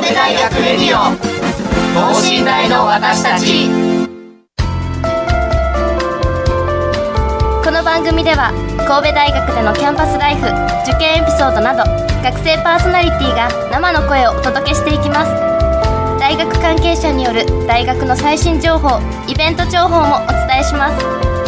戸大学レディオ等身大の私たち。 この番組では神戸大学でのキャンパスライフ、受験エピソードなど学生パーソナリティが生の声をお届けしていきます。大学関係者による大学の最新情報、イベント情報もお伝えします。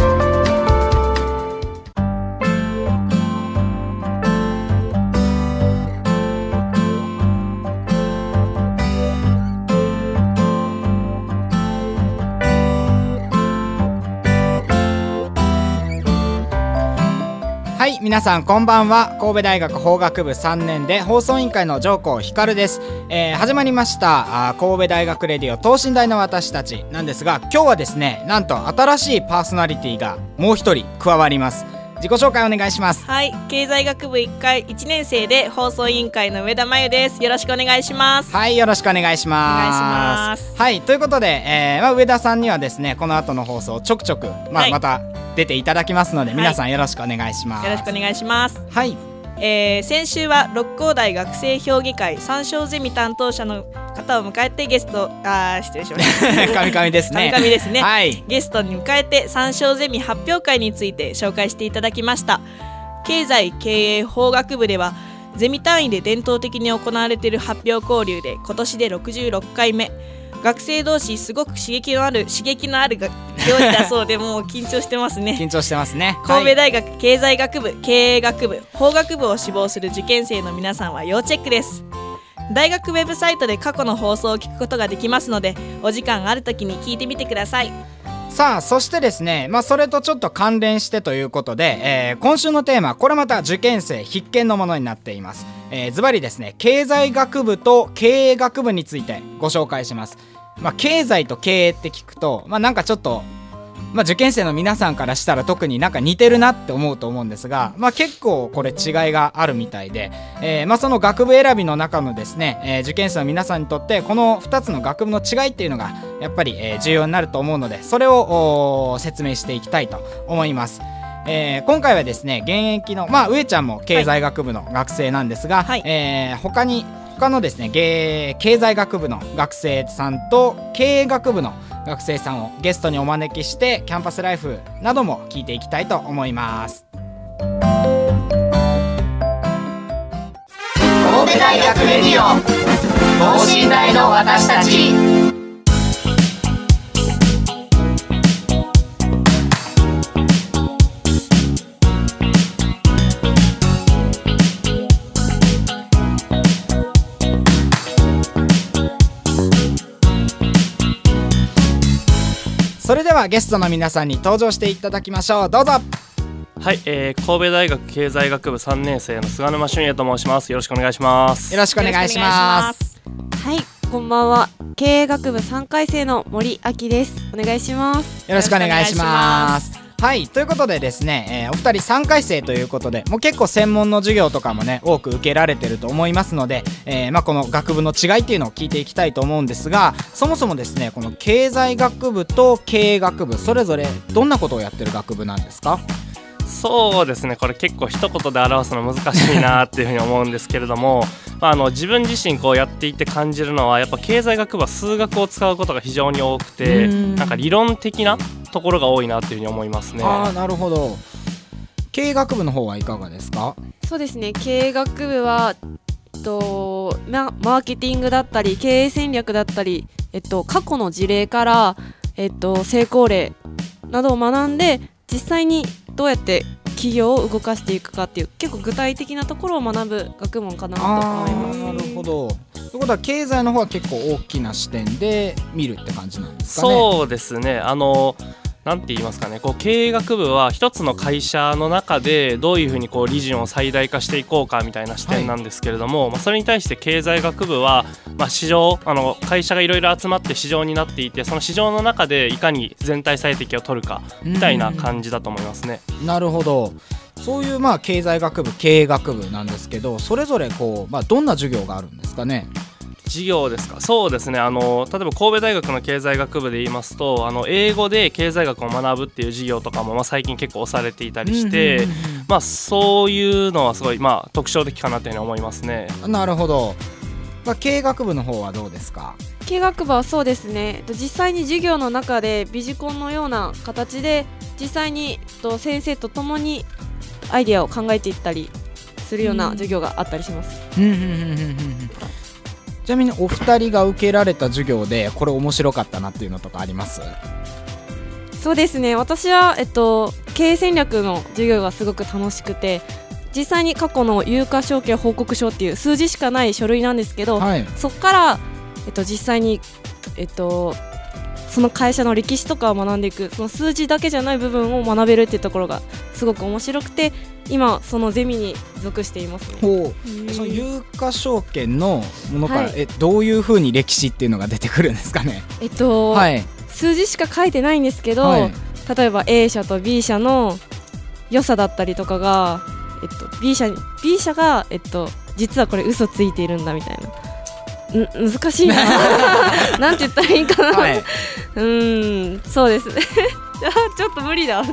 はい、皆さんこんばんは。神戸大学法学部3年で放送委員会の上甲光です。始まりました神戸大学レディオ等身大の私たちなんですが、今日はですね、なんと新しいパーソナリティがもう一人加わります。自己紹介お願いします。 はい、経済学部1回1年生で放送委員会の上田真由です。よろしくお願いします。 はい、よろしくお願いします。はい、ということで、上田さんにはですね、この後の放送ちょくちょく、 はい、 また出ていただきますので、 はい、 皆さんよろしくお願いします。 よろしくお願いします。 はい、 先週は六甲大学生評議会参照ゼミ担当者の方を迎えてゲスト失礼しました神々ですね。 神々ですね、 はい、 ゲストに迎えて参照ゼミ発表会について紹介していただきました。経済経営法学部ではゼミ単位で伝統的に行われている発表交流で今年で66回目。学生同士すごく刺激のある行事だそうでもう緊張してますね。 緊張してますね。 神戸大学経済学部、経営学部、法学部を志望する受験生の皆さんは要チェックです。大学ウェブサイトで過去の放送を聞くことができますので、お時間あるときに聞いてみてください。 さあ、そしてですね、それとちょっと関連してということで、今週のテーマ、これまた受験生必見のものになっています。ズバリですね、経済学部と経営学部についてご紹介します。経済と経営って聞くと、なんかちょっと、受験生の皆さんからしたら特になんか似てるなって思うと思うんですが、結構これ違いがあるみたいで、その学部選びの中のですね、受験生の皆さんにとってこの2つの学部の違いっていうのがやっぱり、重要になると思うので、それを説明していきたいと思います。今回はですね、現役の、上ちゃんも経済学部の学生なんですが、 はい、 他のですね、経済学部の学生さんと経営学部の学生さんをゲストにお招きしてキャンパスライフなども聞いていきたいと思います。 神戸大学レディオ等身大の私たち。 それではゲストの皆さんに登場していただきましょう。どうぞ。 はい、神戸大学経済学部3年生の菅沼俊也と申します。よろしくお願いします。 よろしくお願いします。 はい、こんばんは。経営学部3回生の森明です。お願いします。 よろしくお願いします。はい、ということでですね、お二人3回生ということで、もう結構専門の授業とかもね多く受けられてると思いますので、この学部の違いっていうのを聞いていきたいと思うんですが、そもそもですね、この経済学部と経営学部、それぞれどんなことをやってる学部なんですか？ そうですね、これ結構一言で表すの難しいなっていうふうに思うんですけれども自分自身こうやっていて感じるのは、やっぱ経済学部は数学を使うことが非常に多くて、なんか理論的なところが多いなっていうふうに思いますね。 なるほど。経営学部の方はいかがですか？ そうですね、経営学部はマーケティングだったり経営戦略だったり、過去の事例から、成功例などを学んで、実際にどうやって企業を動かしていくかっていう結構具体的なところを学ぶ学問かなと思います。 なるほど。ということは経済の方は結構大きな視点で見るって感じなんですかね？ そうですね、なんて言いますかね、こう経営学部は一つの会社の中でどういうふうにこう利潤を最大化していこうかみたいな視点なんですけれども、それに対して経済学部は、市場会社がいろいろ集まって市場になっていて、その市場の中でいかに全体最適を取るかみたいな感じだと思いますね。 なるほど。そういう経済学部経営学部なんですけど、それぞれこう、どんな授業があるんですかね？ 授業ですか。そうですね、例えば神戸大学の経済学部で言いますと、英語で経済学を学ぶっていう授業とかも、最近結構推されていたりして、そういうのはすごい、特徴的かなというふうに思いますね。 なるほど。 経営学部の方はどうですか？ 経営学部はそうですね、実際に授業の中でビジコンのような形で実際に先生と共にアイデアを考えていったりするような授業があったりします。 ちなみにお二人が受けられた授業でこれ面白かったなっていうのとかあります？ そうですね、私は、経営戦略の授業がすごく楽しくて、実際に過去の有価証券報告書っていう数字しかない書類なんですけど、そこから、実際に、その会社の歴史とかを学んでいく、その数字だけじゃない部分を学べるっていうところがすごく面白くて、今そのゼミに属していますね。 その有価証券のものから、どういうふうに歴史っていうのが出てくるんですかね？ 数字しか書いてないんですけど、例えば A 社と B 社の良さだったりとかが、B 社が、実はこれ嘘ついているんだみたいな、難しいななんて言ったらいいかな、そうですねちょっと無理だ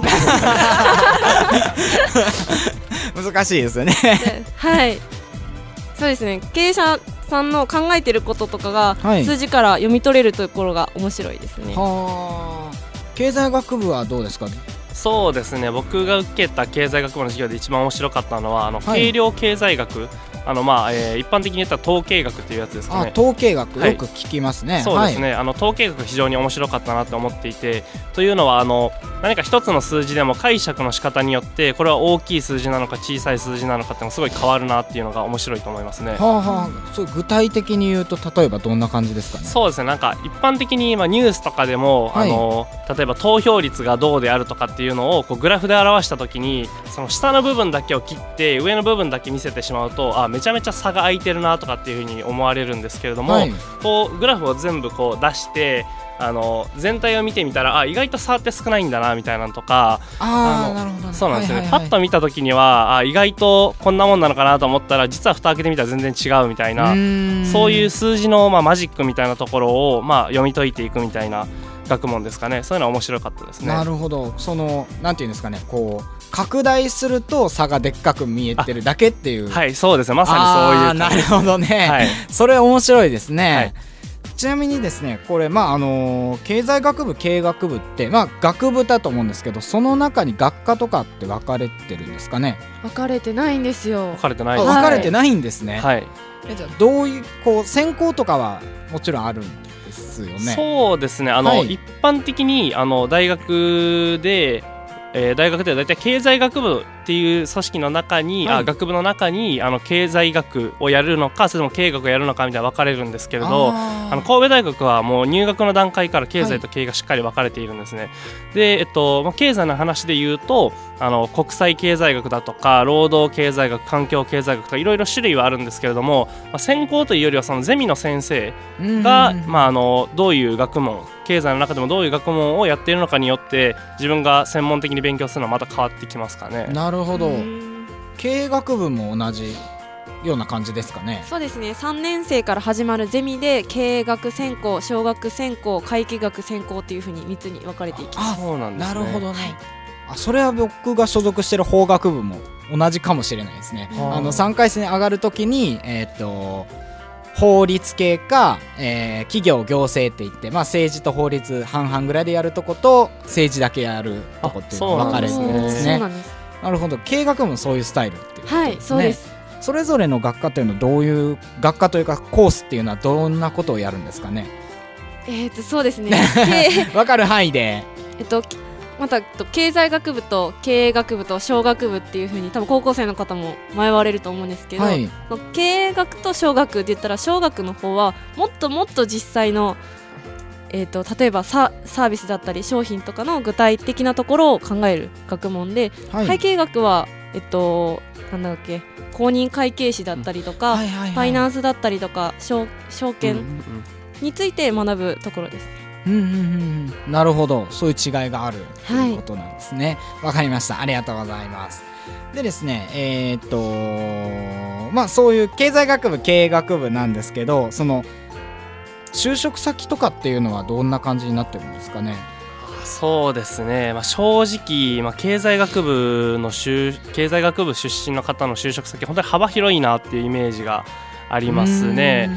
難しいですよねそうですね、経営者さんの考えてることとかが、数字から読み取れるところが面白いですね。 経済学部はどうですか？ そうですね、僕が受けた経済学部の授業で一番面白かったのは計量経済学、一般的に言ったら統計学というやつですかね。 統計学、よく聞きますね。 そうですね、統計学非常に面白かったなと思っていて、というのは何か一つの数字でも解釈の仕方によってこれは大きい数字なのか小さい数字なのかっていうのがすごい変わるなっていうのが面白いと思いますね。 そう具体的に言うと例えばどんな感じですかね？ そうですね、なんか一般的にニュースとかでも、例えば投票率がどうであるとかっていうのをこうグラフで表したときに、その下の部分だけを切って上の部分だけ見せてしまうとめちゃめちゃ差が空いてるなとかっていうふうに思われるんですけれども、こうグラフを全部こう出して全体を見てみたら意外と差って少ないんだなみたいなのとか、 なるほどね、 そうなんですね、パッと見た時には意外とこんなもんなのかなと思ったら実は蓋開けてみたら全然違うみたいな、そういう数字のマジックみたいなところを読み解いていくみたいな学問ですかね。そういうのは面白かったですね。 なるほど、なんていうんですかね、こう拡大すると差がでっかく見えてるだけっていう。 そうですね、まさにそういう。 なるほどね、それ面白いですね。ちなみにですね、これ経済学部経営学部って学部だと思うんですけど、その中に学科とかって分かれてるんですかね？ 分かれてないんですよ。 分かれてない分かれてないんですね。 じゃあどういう専攻とかはもちろんあるんですよね？ そうですね、一般的に大学ではだいたい経済学部っていう組織の中に、学部の中に経済学をやるのかそれとも経営学をやるのかみたいな分かれるんですけれど、神戸大学はもう入学の段階から経済と経営がしっかり分かれているんですね。で、経済の話で言うと国際経済学だとか労働経済学、環境経済学とかいろいろ種類はあるんですけれども、専攻というよりはそのゼミの先生が、どういう学問、経済の中でもどういう学問をやっているのかによって自分が専門的に勉強するのはまた変わってきますかね。 なるほど。経営学部も同じような感じですかね？ そうですね、3年生から始まるゼミで経営学専攻、商学専攻、会計学専攻っていう風に3つに分かれていきます。 そうなんですね。 なるほどね、それは僕が所属している法学部も同じかもしれないですね。3回戦に上がるときに法律系か、企業行政って言って、政治と法律半々ぐらいでやるとこと政治だけやるとこっていうのが分かれるんですね。なるほど。経営学部もそういうスタイルっていうことですね。 そうです。 それぞれの学科というのはどういう学科というかコースっていうのはどんなことをやるんですかね？ そうですね分かる範囲でまた経済学部と経営学部と商学部っていう風に多分高校生の方も迷われると思うんですけど、経営学と商学って言ったら商学の方はもっともっと実際の、例えばサービスだったり商品とかの具体的なところを考える学問で、会計学はなんだっけ、公認会計士だったりとか、ファイナンスだったりとか証券について学ぶところですね。 なるほど、そういう違いがあるということなんですね。わかりました。ありがとうございます。でですね、そういう経済学部経営学部なんですけど、その就職先とかっていうのはどんな感じになってるんですかね？ そうですね、正直、経済学部出身の方の就職先本当に幅広いなっていうイメージがありますね。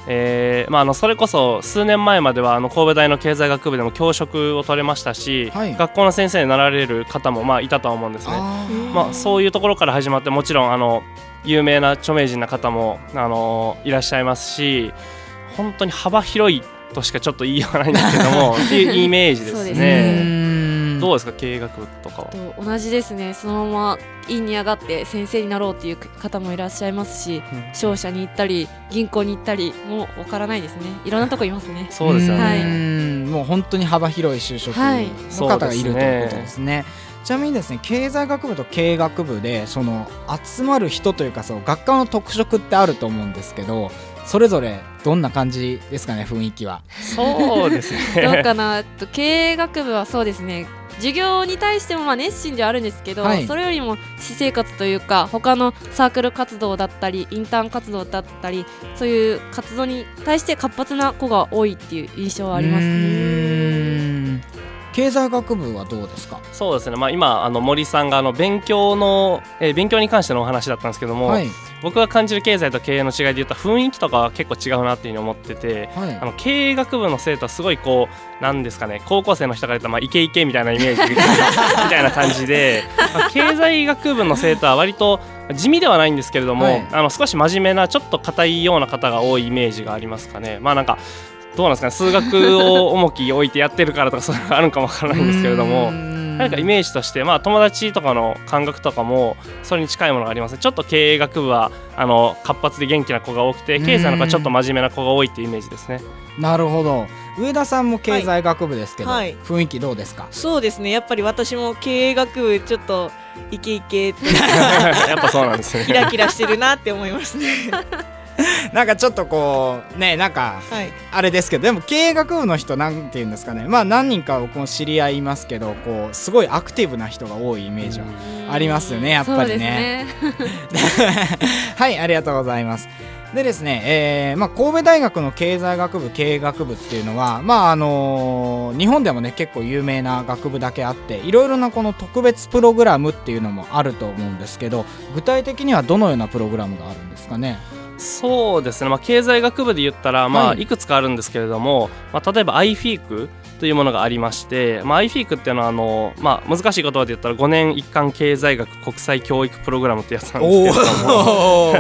それこそ数年前までは神戸大の経済学部でも教職を取れましたし、 はい、 学校の先生になられる方もいたとは思うんですね。そういうところから始まって、もちろん有名な著名人な方もいらっしゃいますし、本当に幅広いとしかちょっと言いようがないんですけどもっていうイメージですね。どうですか、経営学部とかは。 同じですね。そのまま院に上がって先生になろうっていう方もいらっしゃいますし、商社に行ったり銀行に行ったりもうわからないですね。いろんなとこいますね。 そうですよね、 はい、 もう本当に幅広い就職の方がいるということですね。ちなみにですね、経済学部と経営学部でその集まる人というか、そう学科の特色ってあると思うんですけど、それぞれどんな感じですかね、雰囲気は。 そうですねどうかな。経営学部はそうですね、授業に対しても熱心ではあるんですけど、はい、それよりも私生活というか他のサークル活動だったりインターン活動だったり、そういう活動に対して活発な子が多いっていう印象はありますね。 経済学部はどうですか。 そうですね、今森さんが勉強に関してのお話だったんですけども、はい、僕が感じる経済と経営の違いで言ったら雰囲気とかは結構違うなっていうふうに思ってて、はい、経営学部の生徒はすごいなんですかね、高校生の人から言ったらイケイケみたいなイメージみたいな感じで経済学部の生徒は割と地味ではないんですけれども、はい、少し真面目なちょっと硬いような方が多いイメージがありますかね。なんかどうなんですかね、数学を重き置いてやってるからとかそういうのがあるかもわからないんですけれども、なんかイメージとして、友達とかの感覚とかもそれに近いものがありますね。ちょっと経営学部は活発で元気な子が多くて、経済の子はちょっと真面目な子が多いっていうイメージですね。 なるほど。上田さんも経済学部ですけど、はい、雰囲気どうですか。 そうですね、やっぱり私も経営学部ちょっとイケイケってやっぱそうなんですね。 キラキラしてるなって思いますねなんかちょっとなんかあれですけど、でも経営学部の人なんていうんですかね、何人か僕も知り合いますけど、すごいアクティブな人が多いイメージはありますよね、やっぱりね。はい、ありがとうございます。でですね、神戸大学の経済学部経営学部っていうのは、日本でもね結構有名な学部だけあって、いろいろなこの特別プログラムっていうのもあると思うんですけど、具体的にはどのようなプログラムがあるんですかね。 そうですね、経済学部で言ったら、いくつかあるんですけれども、例えば IFEC というものがありまして、IFEC っていうのは難しい言葉で言ったら5年一貫経済学国際教育プログラムってやつなんですけれども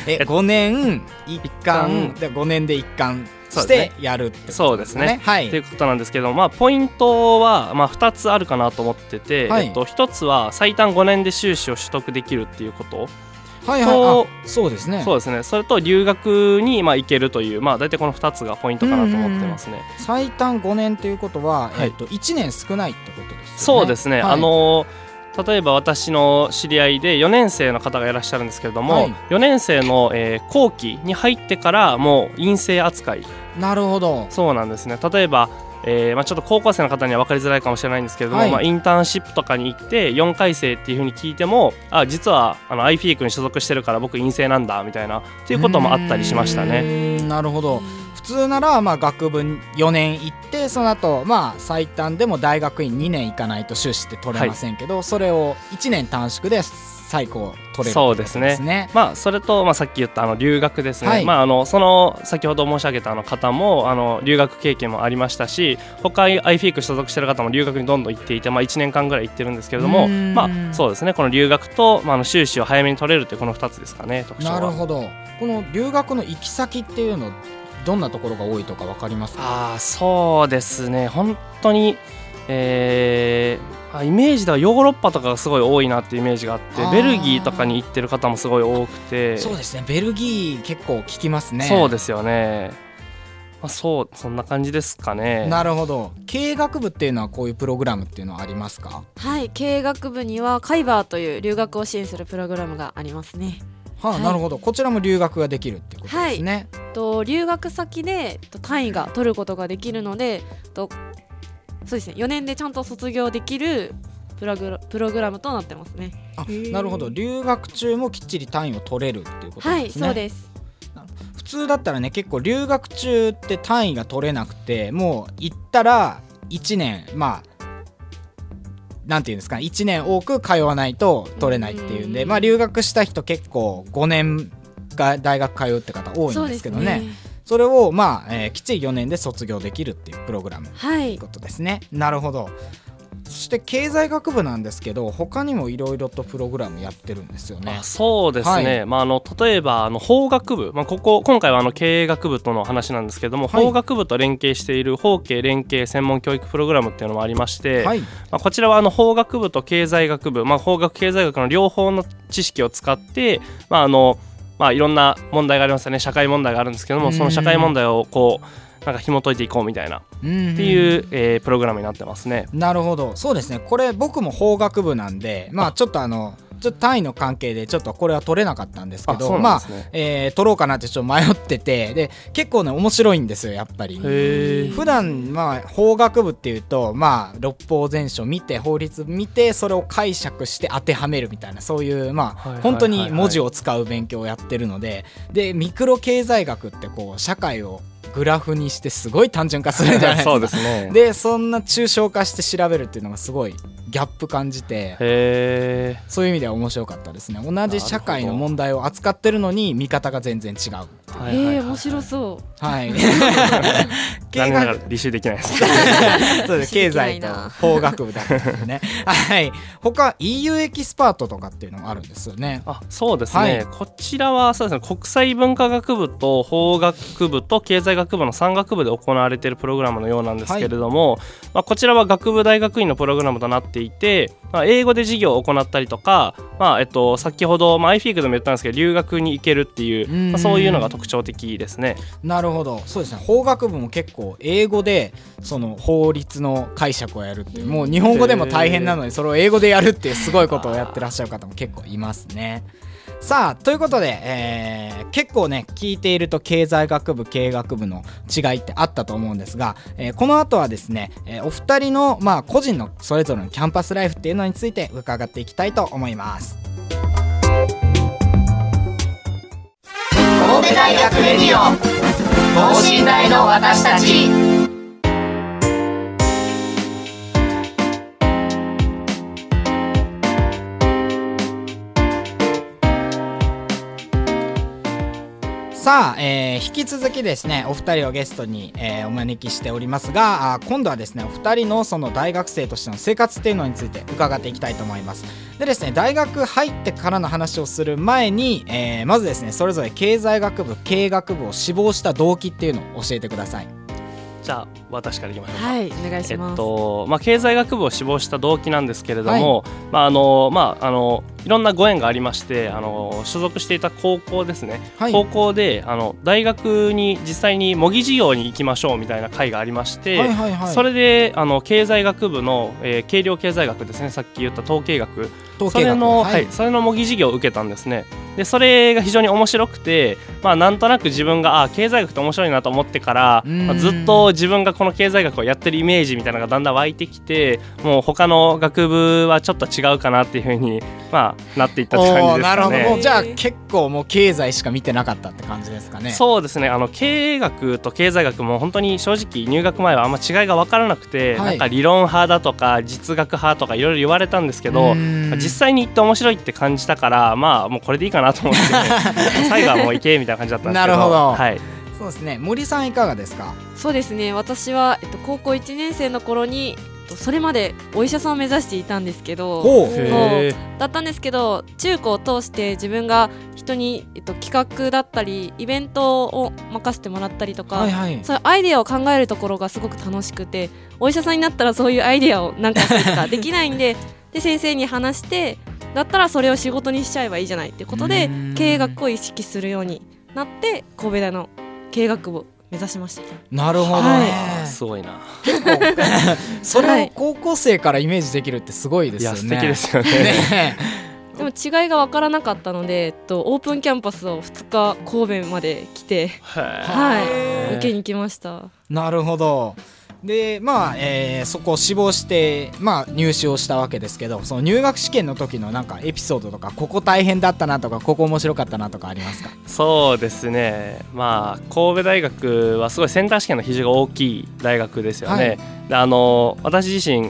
5年一貫で5年で一貫してやるってことですね。 そうですね、 はい、 ということなんですけども、ポイントは2つあるかなと思ってて、はい、1つは最短5年で修士を取得できるっていうことはいはい、そうですね。 そうですね。それと留学に行けるという、大体この2つがポイントかなと思ってますね。 最短5年ということは、1年少ないってことですよね。 そうですね、はい、例えば私の知り合いで4年生の方がいらっしゃるんですけれども、はい、4年生の、後期に入ってからもう陰性扱い。 なるほど。 そうなんですね。例えばちょっと高校生の方には分かりづらいかもしれないんですけれども、インターンシップとかに行って4回生っていう風に聞いても、実はIFEC に所属してるから僕陰性なんだみたいなっていうこともあったりしましたね。 なるほど。普通なら学部4年行って、その後最短でも大学院2年行かないと修士って取れませんけど、それを1年短縮で最高取れる。 そうですね。それと、さっき言った留学ですね、はい、その先ほど申し上げた方も留学経験もありましたし、他 IFEC 所属してる方も留学にどんどん行っていて、1年間ぐらい行ってるんですけれども、そうですね、この留学と、修士を早めに取れるというこの2つですかね、特徴は。 なるほど。この留学の行き先っていうのどんなところが多いとか分かりますか。 そうですね、本当にイメージではヨーロッパとかがすごい多いなっていうイメージがあって、ベルギーとかに行ってる方もすごい多くて。 そうですね、ベルギー結構聞きますね。 そうですよね、そんな感じですかね。 なるほど。経営学部っていうのはこういうプログラムっていうのはありますか。 はい、経営学部にはカイバーという留学を支援するプログラムがありますね。 なるほど。こちらも留学ができるってことですね。 留学先で単位が取ることができるので、そうですね、4年でちゃんと卒業できるプログラムとなってますね。 なるほど。留学中もきっちり単位を取れるっていうことですね。 はい、そうです。 普通だったらね、結構留学中って単位が取れなくて、もう行ったら1年なんていうんですか、1年多く通わないと取れないっていうんで、留学した人結構5年が大学通うって方多いんですけどね。 それをきっちり4年で卒業できるっていうプログラムとはいいうことですね。なるほど。そして経済学部なんですけど他にもいろいろとプログラムやってるんですよね。 そうですね、例えば法学部、今回は経営学部との話なんですけども、法学部と連携している法経連携専門教育プログラムっていうのもありまして、こちらは法学部と経済学部、法学経済学の両方の知識を使って、いろんな問題がありますよね。社会問題があるんですけども、その社会問題をなんか紐解いていこうみたいなっていう、プログラムになってますね。 なるほど。そうですね。これ僕も法学部なんでちょっと単位の関係でちょっとこれは取れなかったんですけど、取ろうかなってちょっと迷ってて、で結構ね面白いんですよやっぱり。普段法学部っていうと六法全書見て法律見てそれを解釈して当てはめるみたいな、そういう本当に文字を使う勉強をやってるので、でミクロ経済学って社会をグラフにしてすごい単純化するんじゃないですか。 そうですね。 でそんな抽象化して調べるっていうのがすごいギャップ感じて、そういう意味では面白かったですね。同じ社会の問題を扱ってるのに見方が全然違う。 面白そう。 残念ながら履修できないです。 そうです。経済と法学部だったんでね。他 EU エキスパートとかっていうのもあるんですよね。 そうですね、こちらはそうですね、国際文化学部と法学部と経済学部の3学部で行われているプログラムのようなんですけれども、こちらは学部大学院のプログラムとなっていて、英語で授業を行ったりとか、先ほど、iFEAC でも言ったんですけど留学に行けるっていう、そういうのが特徴的ですね。 なるほど。そうですね。法学部も結構英語でその法律の解釈をやるっていう、もう日本語でも大変なのにそれを英語でやるっていうすごいことをやってらっしゃる方も結構いますね。さあということで、結構ね聞いていると経済学部経営学部の違いってあったと思うんですが、この後はですね、お二人の個人のそれぞれのキャンパスライフっていうのについて伺っていきたいと思います。 神戸大学レディオ等身大の私たち。 さあ、引き続きですねお二人をゲストに、お招きしておりますが、今度はですねお二人のその大学生としての生活っていうのについて伺っていきたいと思います。でですね大学入ってからの話をする前に、まずですねそれぞれ経済学部経営学部を志望した動機っていうのを教えてください。 じゃあ私からいきましょうか。 はい、お願いします。 経済学部を志望した動機なんですけれども、いろんなご縁がありまして、所属していた高校ですね、高校で大学に実際に模擬授業に行きましょうみたいな会がありまして、それで経済学部の、計量経済学ですね、さっき言った統計学、それの模擬授業を受けたんですね。でそれが非常に面白くて、なんとなく自分が経済学って面白いなと思ってから、ずっと自分がこの経済学をやってるイメージみたいなのがだんだん湧いてきて、もう他の学部はちょっと違うかなっていう風に、なっていったって感じですかね。 なるほど。もうじゃあ結構もう経済しか見てなかったって感じですかね。 そうですね。経営学と経済学も本当に正直入学前はあんま違いが分からなくて、なんか理論派だとか実学派とかいろいろ言われたんですけど、実際に行って面白いって感じたから、もうこれでいいかなと思って、最後はもう行けみたいな感じだったんですけど。 なるほど。 はい。 そうですね。森さんいかがですか？ そうですね、私は、高校1年生の頃にそれまでお医者さんを目指していたんですけど、だったんですけど中高を通して自分が人に、企画だったりイベントを任せてもらったりとか、そういうアイデアを考えるところがすごく楽しくて、お医者さんになったらそういうアイデアをなんかするとかできないんでで先生に話して、だったらそれを仕事にしちゃえばいいじゃないってことで経営学を意識するようになって神戸大の経営学部を目指しました。 なるほどね、 すごいな。 それを高校生からイメージできるってすごいですよね。 素敵ですよね。 でも違いが分からなかったので、オープンキャンパスを2日神戸まで来て、受けに来ました。 なるほど。でそこを志望して、入試をしたわけですけど、その入学試験の時のなんかエピソードとか、ここ大変だったなとか、ここ面白かったなとかありますか？ そうですね、神戸大学はすごいセンター試験の比重が大きい大学ですよね。で私自身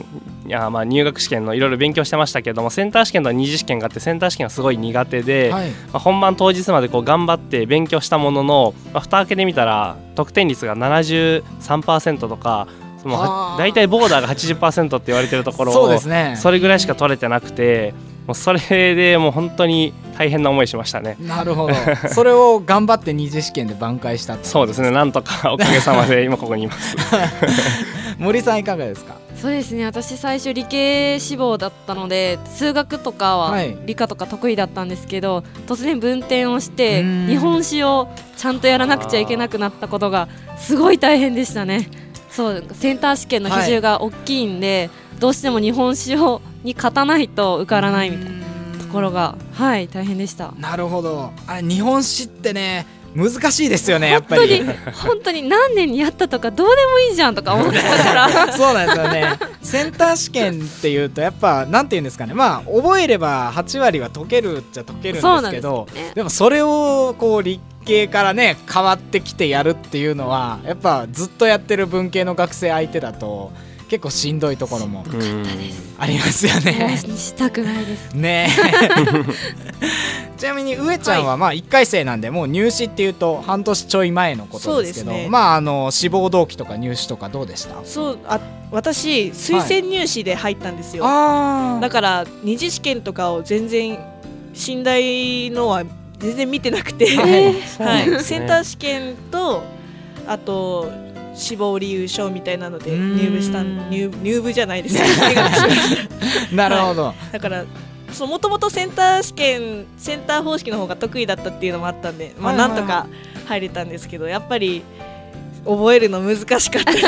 まあ入学試験のいろいろ勉強してましたけども、センター試験と二次試験があって、センター試験はすごい苦手で、 はい、 まあ、本番当日までこう頑張って勉強したものの、まあ、蓋開けてみたら得点率が 73% とか、もうだいたいボーダーが 80% って言われてるところを、 そうですね、 それぐらいしか取れてなくて、もうそれでもう本当に大変な思いしましたね。 なるほどそれを頑張って二次試験で挽回したってそうですね、なんとかおかげさまで今ここにいます森さんいかがですか？ そうですね、私最初理系志望だったので数学とかははい理科とか得意だったんですけど、突然分転をしてうん日本史をちゃんとやらなくちゃいけなくなったことがすごい大変でしたね。そうセンター試験の比重が大きいんで、どうしても日本史に勝たないと受からないみたいなところが、はい、大変でした。 なるほど。あれ日本史ってね難しいですよね、やっぱり本当に何年にやったとかどうでもいいじゃんとか思ってたからそうなんですよね。センター試験っていうとやっぱなんていうんですかね、まあ覚えれば8割は解けるっちゃ解けるんですけど、 そうなんですよね。 でもそれをこう理系からね変わってきてやるっていうのはやっぱずっとやってる文系の学生相手だと結構しんどいところもありますよもうね。 したくないです。 ねちなみに上ちゃんはまあ1回生なんで、もう入試っていうと半年ちょい前のことですけど、 そうですね、 まあ志望動機とか入試とかどうでした？ 私推薦入試で入ったんですよ、 あだから二次試験とかを全然寝台のは全然見てなくて、はいセンター試験とあと志望理由書みたいなので入部じゃないですかなるほど、 はい、だからもともとセンター方式の方が得意だったっていうのもあったんで、まあ、なんとか入れたんですけど、やっぱり覚えるの難しかったです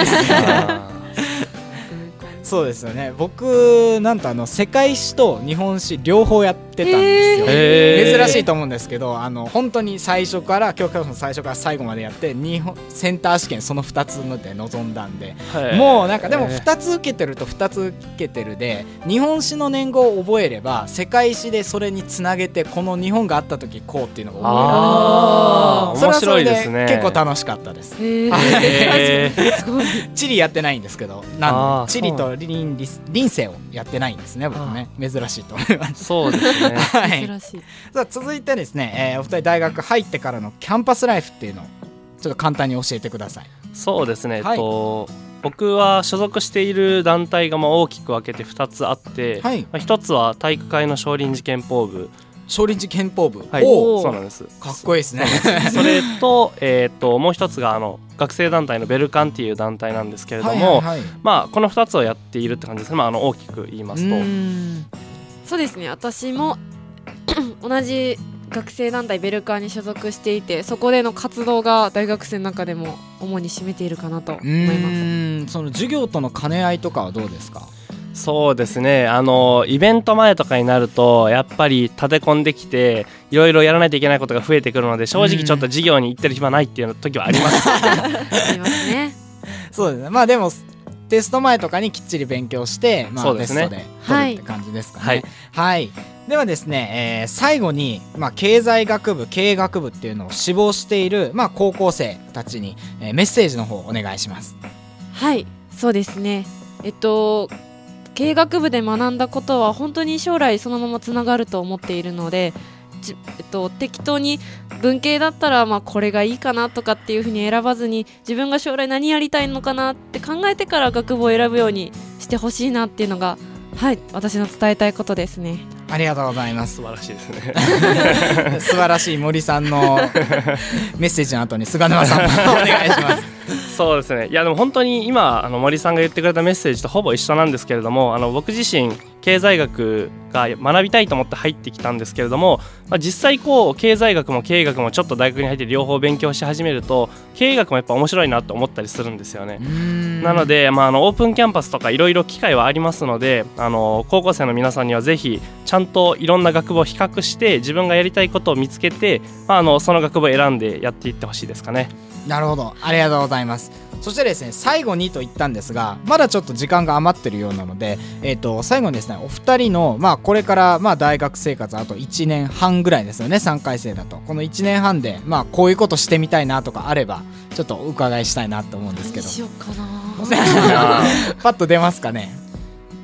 そうですよね。僕なんと世界史と日本史両方やってたんですよ。珍しいと思うんですけど、本当に最初から教科書の最初から最後までやってセンター試験その2つので臨んだんで、もうなんかでも2つ受けてると2つ受けてるで、日本史の年号を覚えれば世界史でそれにつなげてこの日本があった時こうっていうのが覚えられる。 面白いですね。 結構楽しかったです。 すごい。 地理やってないんですけど、地理と臨世をやってないんですね、僕ね。珍しいと思います。 そうですね。 はい、 珍しい。 さあ続いてですね、お二人大学入ってからのキャンパスライフっていうのをちょっと簡単に教えてください。 そうですね、 はい、 僕は所属している団体が大きく分けて2つあって、 はい、 1つは体育会の少林寺拳法部。 少林寺拳法部、 はい、そうなんです。 かっこいいですね。 それと、もう一つが学生団体のベルカンっていう団体なんですけれども、まあこの2つをやっているって感じですね。まあ大きく言いますと。 そうですね、私も同じ学生団体ベルカーに所属していて、そこでの活動が大学生の中でも主に占めているかなと思います。 その授業との兼ね合いとかはどうですか？ そうですね、イベント前とかになるとやっぱり立て込んできていろいろやらないといけないことが増えてくるので、正直ちょっと授業に行ってる暇ないっていう時はありますありますね。 そうですね。まあでもテスト前とかにきっちり勉強して、まあ、 そうですね、 テストで取るって感じですかね。 はい、 はい、ではですね、最後に、まあ、経済学部経営学部っていうのを志望している、まあ、高校生たちに、メッセージの方お願いします。 はい、そうですね、経営学部で学んだことは本当に将来そのままつながると思っているので、適当に文系だったらまあこれがいいかなとかっていうふうに選ばずに、自分が将来何やりたいのかなって考えてから学部を選ぶようにしてほしいなっていうのが、はい、私の伝えたいことですね。 ありがとうございます。 素晴らしいですね素晴らしい森さんのメッセージの後に菅沼さんもお願いします。 そうですね、いやでも本当に今森さんが言ってくれたメッセージとほぼ一緒なんですけれども、僕自身経済学が学びたいと思って入ってきたんですけれども、実際こう経済学も経営学もちょっと大学に入って両方勉強し始めると、経営学もやっぱ面白いなと思ったりするんですよね。なので、オープンキャンパスとかいろいろ機会はありますので、高校生の皆さんにはぜひちゃんといろんな学部を比較して自分がやりたいことを見つけて、その学部を選んでやっていってほしいですかね。 なるほど、ありがとうございます。そしてですね、最後にと言ったんですが、まだちょっと時間が余ってるようなので、最後にですね、お二人の、これから大学生活あと1年半ぐらいですよね、3回生だと。この1年半で、こういうことしてみたいなとかあればちょっとお伺いしたいなと思うんですけど。 どうしようかなパッと出ますかね。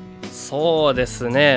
そうですね、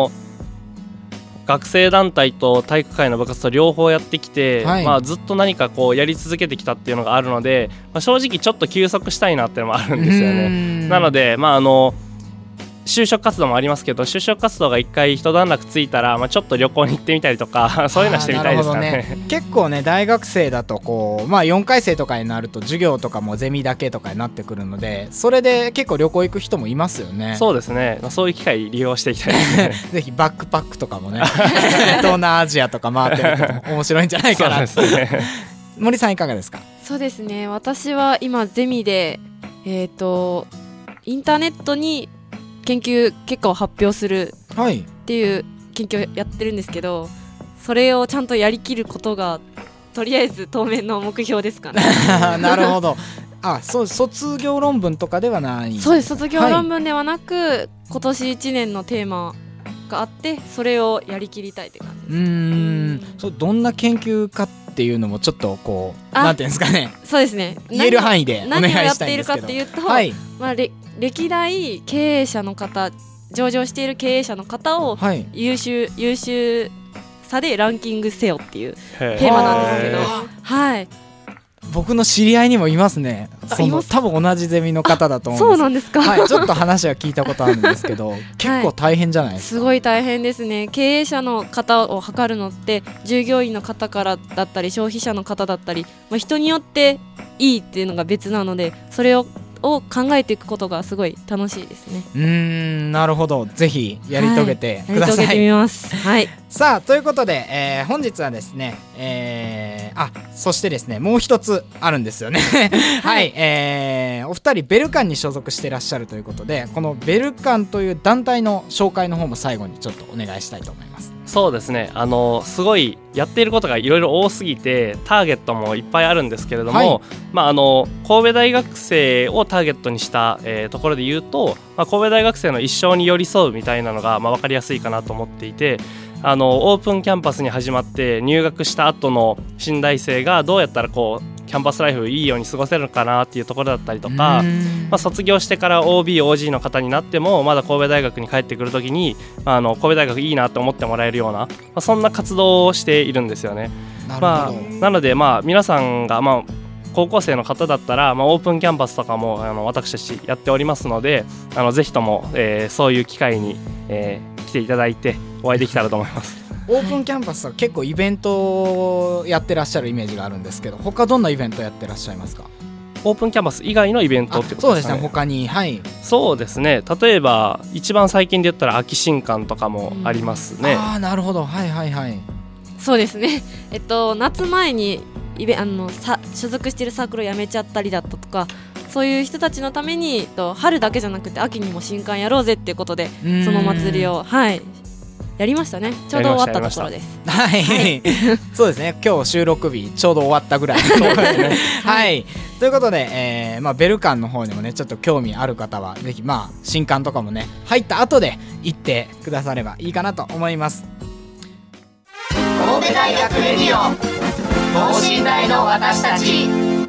学生団体と体育会の部活と両方やってきて、ずっと何かこうやり続けてきたっていうのがあるので、正直ちょっと休息したいなっていうのもあるんですよね。なので就職活動もありますけど、就職活動が一回一段落ついたら、ちょっと旅行に行ってみたりとかそういうのしてみたいですかね。 結構ね、大学生だとこう、4回生とかになると授業とかもゼミだけとかになってくるので、それで結構旅行行く人もいますよね。 そうですね、そういう機会利用していきたいですねぜひバックパックとかもね東南アジアとか回ってみても面白いんじゃないかなそうですね森さんいかがですか？ そうですね、私は今ゼミでインターネットに研究結果を発表するっていう研究をやってるんですけど、それをちゃんとやりきることがとりあえず当面の目標ですかねなるほど。そう卒業論文とかではない？ そうです、卒業論文ではなく、今年1年のテーマがあってそれをやりきりたいって感じです。 どんな研究かっていうのもちょっとこうなんていうんですかね、 そうですね、 言える範囲でお願いしたいんですけど。 何をやっているかっていうと、歴代経営者の方、上場している経営者の方を優秀さでランキングせよっていうテーマなんですけど、 僕の知り合いにもいますね。多分同じゼミの方だと思うんです。 そうなんですか。 ちょっと話は聞いたことあるんですけど結構大変じゃないですか？ すごい大変ですね。経営者の方を測るのって従業員の方からだったり消費者の方だったり、人によっていいっていうのが別なので、それを考えていくことがすごい楽しいですね。 なるほど、ぜひやり遂げてください。 やり遂げてみます。 さあということで、本日はですね、そしてですね、もう一つあるんですよねお二人ベルカンに所属していらっしゃるということで、このベルカンという団体の紹介の方も最後にちょっとお願いしたいと思います。 そうですね、すごいやっていることがいろいろ多すぎてターゲットもいっぱいあるんですけれども、神戸大学生をターゲットにした、ところで言うと、神戸大学生の一生に寄り添うみたいなのが、分かりやすいかなと思っていて、オープンキャンパスに始まって入学した後の新大生がどうやったらこうキャンパスライフいいように過ごせるのかなっていうところだったりとか、卒業してから OB、OG の方になってもまだ神戸大学に帰ってくるときに、神戸大学いいなと思ってもらえるような、そんな活動をしているんですよね。なので皆さんが高校生の方だったら、オープンキャンパスとかも私たちやっておりますので、ぜひとも、そういう機会に、来ていただいてお会いできたらと思いますオープンキャンパスは結構イベントをやってらっしゃるイメージがあるんですけど、他どんなイベントやってらっしゃいますか？ オープンキャンパス以外のイベントってことですかね。 そうですね、他に。 そうですね、例えば一番最近で言ったら秋新館とかもありますね。 なるほど、 そうですね、夏前に所属しているサークルを辞めちゃったりだったとか、そういう人たちのために春だけじゃなくて秋にも新館やろうぜっていうことで、その祭りをやりましたね。ちょうど終わったところです。 そうですね、今日収録日ちょうど終わったぐらいそうですねということで、ベルカンの方にもねちょっと興味ある方はぜひ新館とかもね入った後で行ってくださればいいかなと思います。 神戸大学レディオ等身大の私たち。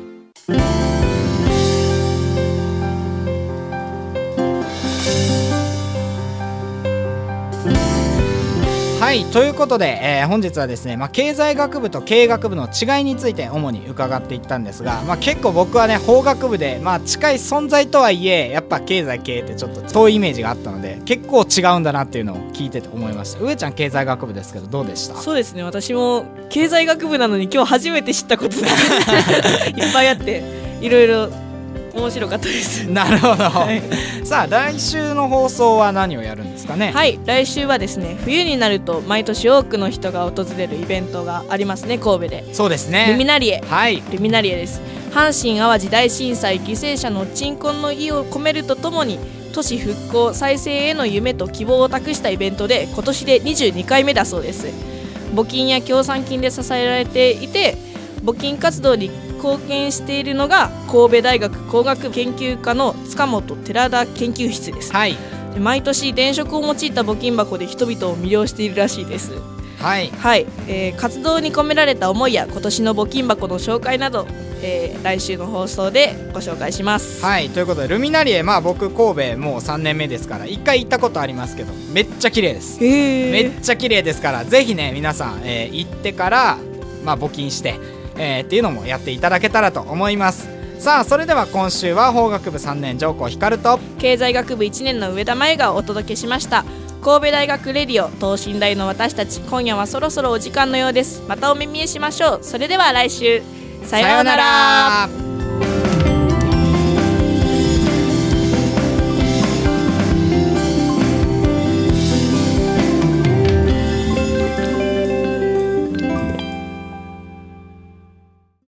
ということで、本日はですね、経済学部と経営学部の違いについて主に伺っていったんですが、結構僕はね法学部で、近い存在とはいえやっぱ経済経営ってちょっと遠いイメージがあったので結構違うんだなっていうのを聞いてて思いました。上ちゃん経済学部ですけどどうでした？ そうですね、私も経済学部なのに今日初めて知ったことがいっぱいあっていろいろ面白かったです。 なるほど、さあ来週の放送は何をやるんですかね？ 来週はですね、冬になると毎年多くの人が訪れるイベントがありますね、神戸で。 そうですね、 ルミナリエ、ルミナリエです。阪神・淡路大震災犠牲者の鎮魂の意を込めるとともに都市復興再生への夢と希望を託したイベントで、今年で22回目だそうです。募金や協賛金で支えられていて、募金活動に貢献しているのが神戸大学工学研究科の塚本寺田研究室です。毎年電飾を用いた募金箱で人々を魅了しているらしいです。 はいはい活動に込められた思いや今年の募金箱の紹介など、来週の放送でご紹介します。 はいということでルミナリエ、僕神戸もう3年目ですから1回行ったことありますけどめっちゃ綺麗です。めっちゃ綺麗ですからぜひね皆さん、行ってから、募金して、っていうのもやっていただけたらと思います。さあそれでは今週は法学部3年上皇光と経済学部1年の上田真由がお届けしました。神戸大学レディオ等身大の私たち、今夜はそろそろお時間のようです。またお耳にしましょう。それでは来週さようなら。